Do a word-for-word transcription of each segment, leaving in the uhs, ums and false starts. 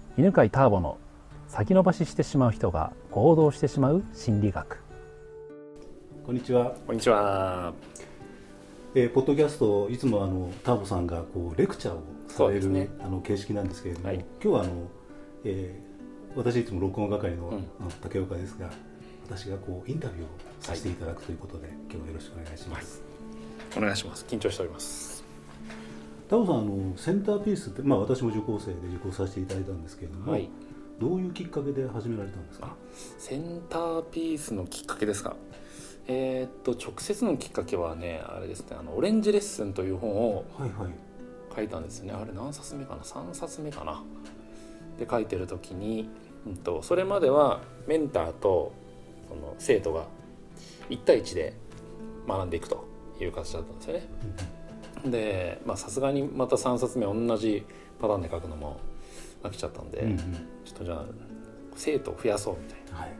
犬飼ターボの先延ばししてしまう人が行動してしまう心理学。 こんにちは。 こんにちは。 えー、ポッドキャストいつもあのターボさんがこうレクチャーをされる、ね、あの形式なんですけれども、はい、今日はあの、えー、私いつも録音係の、うん、あの竹岡ですが、私がこうインタビューをさせていただくということで、はい、今日はよろしくお願いします。 はい、お願いします。緊張しております。 ターボさん、あのセンターピースって、まあ、私も受講生で受講させていただいたんですけれども、はい、どういうきっかけで始められたんですか？ センターピースのきっかけですか。えー、っと直接のきっかけはね、あれですね、あのオレンジレッスンという本を書いたんですよね。はいはい、あれ何冊目かな、さんさつめかなで書いてる時に、うん、とそれまではメンターとその生徒がいち対いちで学んでいくという形だったんですよね。うん、でまあさすがにまたさんさつめ同じパターンで書くのも飽きちゃったんで、うんうん、ちょっとじゃあ生徒を増やそうみたいな。はいはい、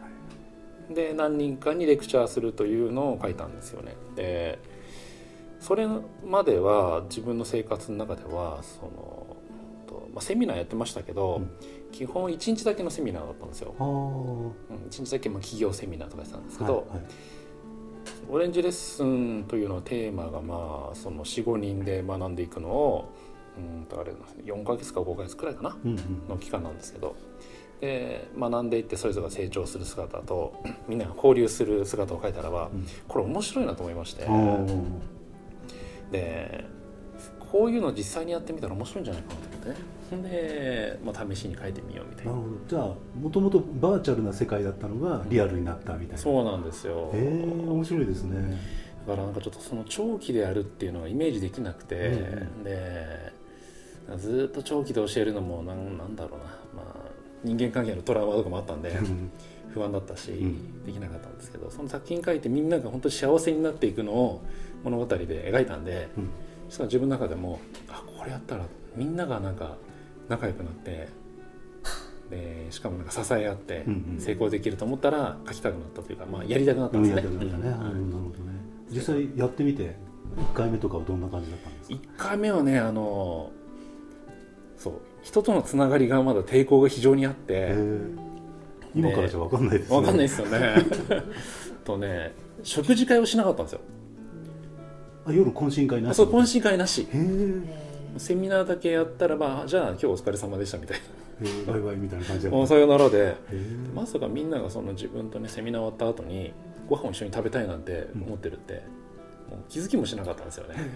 で何人かにレクチャーするというのを書いたんですよね。でそれまでは自分の生活の中ではその、まあ、セミナーやってましたけど、うん、基本いちにちだけのセミナーだったんですよ。うん、いちにちだけまあ企業セミナーとかやってたんですけど、はいはい、オレンジレッスンというのはテーマがまあその よん,ご 人で学んでいくのをうんとあれよんかげつかごかげつくらいかな、うんうん、の期間なんですけど、で学んでいってそれぞれが成長する姿とみんなが交流する姿を書いたらば、うん、これ面白いなと思いまして、でこういうの実際にやってみたら面白いんじゃないかなと思ってね。で、まあ、試しに書いてみようみたいな。 なるほど。じゃあもともとバーチャルな世界だったのがリアルになったみたいな、うん、 そうなんですよ。 へえ、面白いですね。 だからなんかちょっとその長期でやるっていうのがイメージできなくて、うん、でずっと長期で教えるのも な, なんだろうな、まあ、人間関係のトラウマとかもあったんで不安だったし、うん、できなかったんですけど、その作品書いてみんなが本当に幸せになっていくのを物語で描いたんで、うん、そしたら自分の中でもあこれやったらみんながなんか仲良くなってでしかもなんか支え合って成功できると思ったら書きたくなったというか、まあ、やりたくなったんですね。 実際やってみていっかいめとかはどんな感じだったんですか？ いっかいめはね、あのそう人とのつながりがまだ抵抗が非常にあって、 今からじゃ分かんないですね。 分かんないですよねとね、食事会をしなかったんですよ。 あ、夜懇親会なし？ そう、懇親会なし。セミナーだけやったらば、じゃあ今日お疲れ様でしたみたいな、バイバイみたいな感じでもうさよならで、まさかみんながその自分とねセミナー終わった後にご飯を一緒に食べたいなんて思ってるって、うん、もう気づきもしなかったんですよね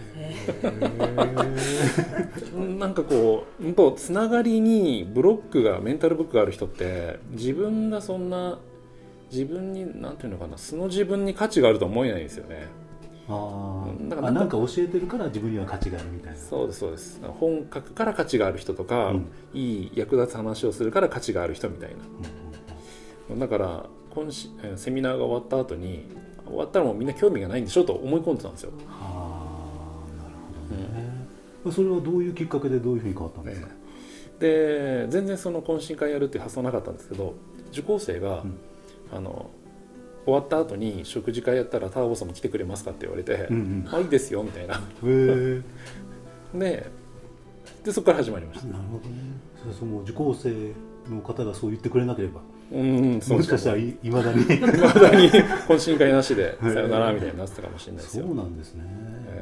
なんかこう本当つながりにブロックがメンタルブックがある人って自分がそんな自分になんていうのかな、素の自分に価値があると思えないんですよね。 あだからなんか教えてるから自分には価値があるみたいな。 そうですそうです。本書くから価値がある人とか、うん、いい役立つ話をするから価値がある人みたいな、うんうん、だから今しセミナーが終わった後に終わったらもうみんな興味がないんでしょと思い込んでたんですよ。 はあ、なるほどね、うん、それはどういうきっかけでどういうふうに変わったんですか？ね、 で全然その懇親会やるっていう発想なかったんですけど、受講生が、うん、あの終わった後に食事会やったらターボさんも来てくれますかって言われて、うんうん、あいいですよみたいなへで, でそこから始まりました。 なるほどね。その受講生の方がそう言ってくれなければ、 うん、 もしかしたらいまだにいまだに懇親会なしでさよならみたいになってたかもしれないですよ。 そうなんですね。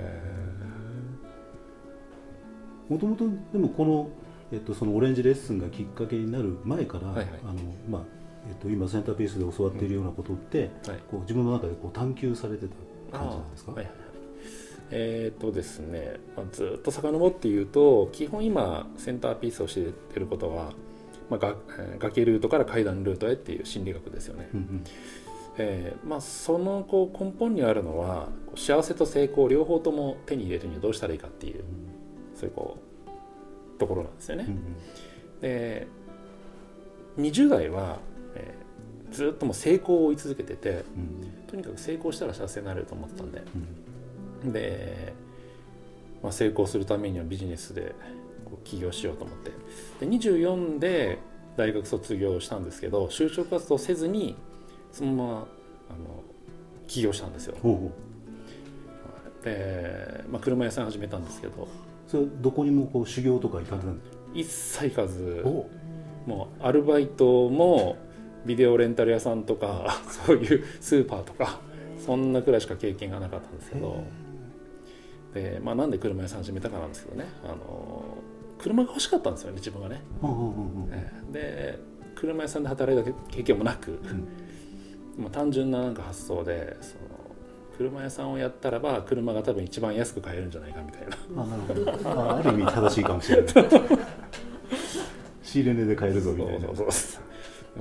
もともとでもこの、えっと、そのオレンジレッスンがきっかけになる前から、はいはい、あのまあえっと、今センターピースで教わっているようなことって、うんはい、こう自分の中でこう探求されてた感じなんですか？はいはい、 えーとですね、まあ、ずっと遡って言うと基本今センターピースを教えてることは、まあ、が崖ルートから階段ルートへっていう心理学ですよね。うんうんえーまあ、そのこう根本にあるのは幸せと成功両方とも手に入れるにはどうしたらいいかっていう、うん、そういうこうところなんですよね。うんうん、でにじゅう代はえー、ずっともう成功を追い続けてて、うん、とにかく成功したら幸せになれると思ってたんで、うん、で、まあ、成功するためにはビジネスでこう起業しようと思って、でにじゅうよんで大学卒業したんですけど、就職活動せずにそのままあの起業したんですよ。ほうほうで、まあ、車屋さん始めたんですけど、 それどこにもこう修行とか行かれたんですか？ 一切行かず、 もうアルバイトもビデオレンタル屋さんとかそういうスーパーとかそんなくらいしか経験がなかったんですけど、で、まあ、なんで車屋さん始めたかなんですけどね、あの車が欲しかったんですよね、自分がね、うんうんうん、で車屋さんで働いた経験もなく、うん、もう単純ななんか発想でその車屋さんをやったらば車が多分一番安く買えるんじゃないかみたいな。 あ、なるほど。あ、ある意味正しいかもしれない仕入れ値で買えるぞみたいな。そうそうそう、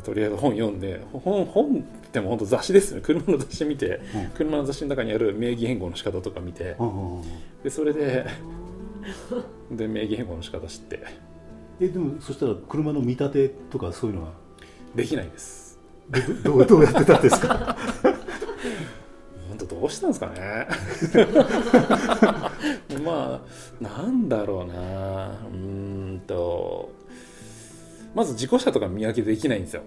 とりあえず本読んで、本本っても本当雑誌ですよね。車の雑誌見て、うん、車の雑誌の中にある名義変更の仕方とか見て、うんうんうん、でそれでで名義変更の仕方知って。 え、でもそしたら車の見立てとかそういうのはできないです。 で ど, ど, どうやってたんですか本当どうしたんですかねまあなんだろうな、うーんとまず事故車とか見分けできないんですよ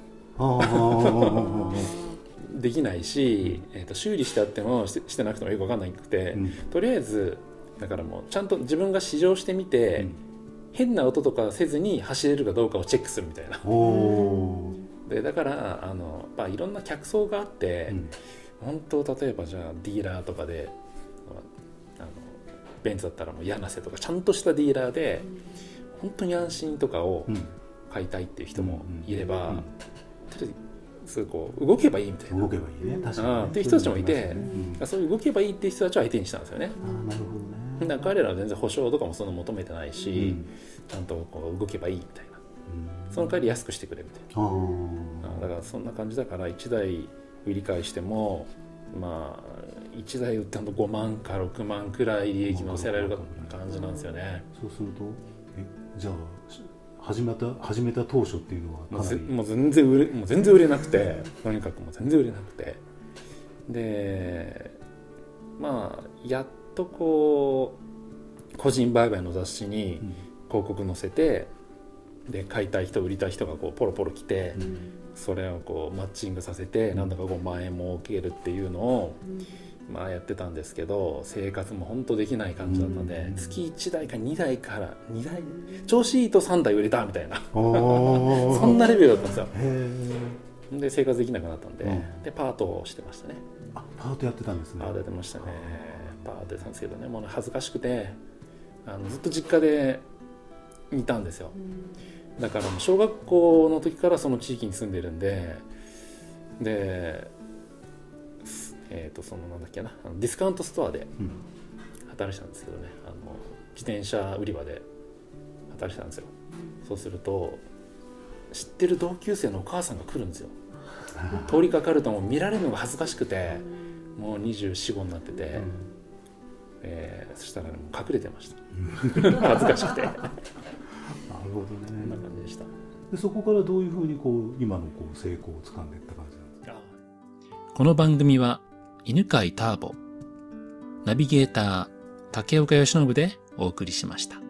できないし、えー、と修理してあっても し, してなくてもよく分かんなくて、うん、とりあえずだからもうちゃんと自分が試乗してみて、うん、変な音とかせずに走れるかどうかをチェックするみたいな。でだからあの、まあ、いろんな客層があって、うん、本当例えばじゃあディーラーとかであのベンツだったらもう柳瀬とかちゃんとしたディーラーで本当に安心とかを買いたいっていう人もいれば、うんうんうん、とりあえずこう動けばいいみたいな、 動けばいいね、確かに、ね、 っていう人たちもいて、うん、そういう動けばいいっていう人たちを相手にしたんですよね。 あ、なるほどね。 だから彼らは全然保証とかもそんな求めてないし、うん、ちゃんとこう動けばいいみたいな、うん、その代わり安くしてくれみたいな、あ、だからそんな感じだからいちだい売り買いしてもまあいちだい売ってほんとごまんかろくまんくらい利益乗せられる感じなんですよね。 そうするとえじゃあ始めた始めた当初っていうのはかなりもう全然売れもう全然売れなくてとにかくもう全然売れなくて、でまあやっとこう個人売買の雑誌に広告載せて、うん、で買いたい人売りたい人がこうポロポロ来て、うん、それをこうマッチングさせて、うん、なんだかごまんえん儲けるっていうのを、うん、まあやってたんですけど、生活も本当できない感じだったので、うん、月いちだいかにだいからにだい調子いいとさんだい売れたみたいなそんなレベルだったんですよ。へで生活できなくなったんで、うん、でパートをしてましたね。 あ、パートやってたんですね。 パートやってましたね。パートやってたんですけどね、もう恥ずかしくてあのずっと実家でいたんですよ。だから小学校の時からその地域に住んでるんで、で、えーとそのなんだっけな、あのディスカウントストアで働いてたんですけどね、あの自転車売り場で働いてたんですよ。そうすると知ってる同級生のお母さんが来るんですよ。通りかかるともう見られるのが恥ずかしくて、もうにじゅうよん、ごになってて、うん、えー、そしたら、ね、もう隠れてました恥ずかしくてなるほどね。 そんな感じでした。 でそこからどういうふうにこう今のこう成功をつかんでいった感じなんですか。 この番組は犬飼ターボ、ナビゲーター竹岡由伸でお送りしました。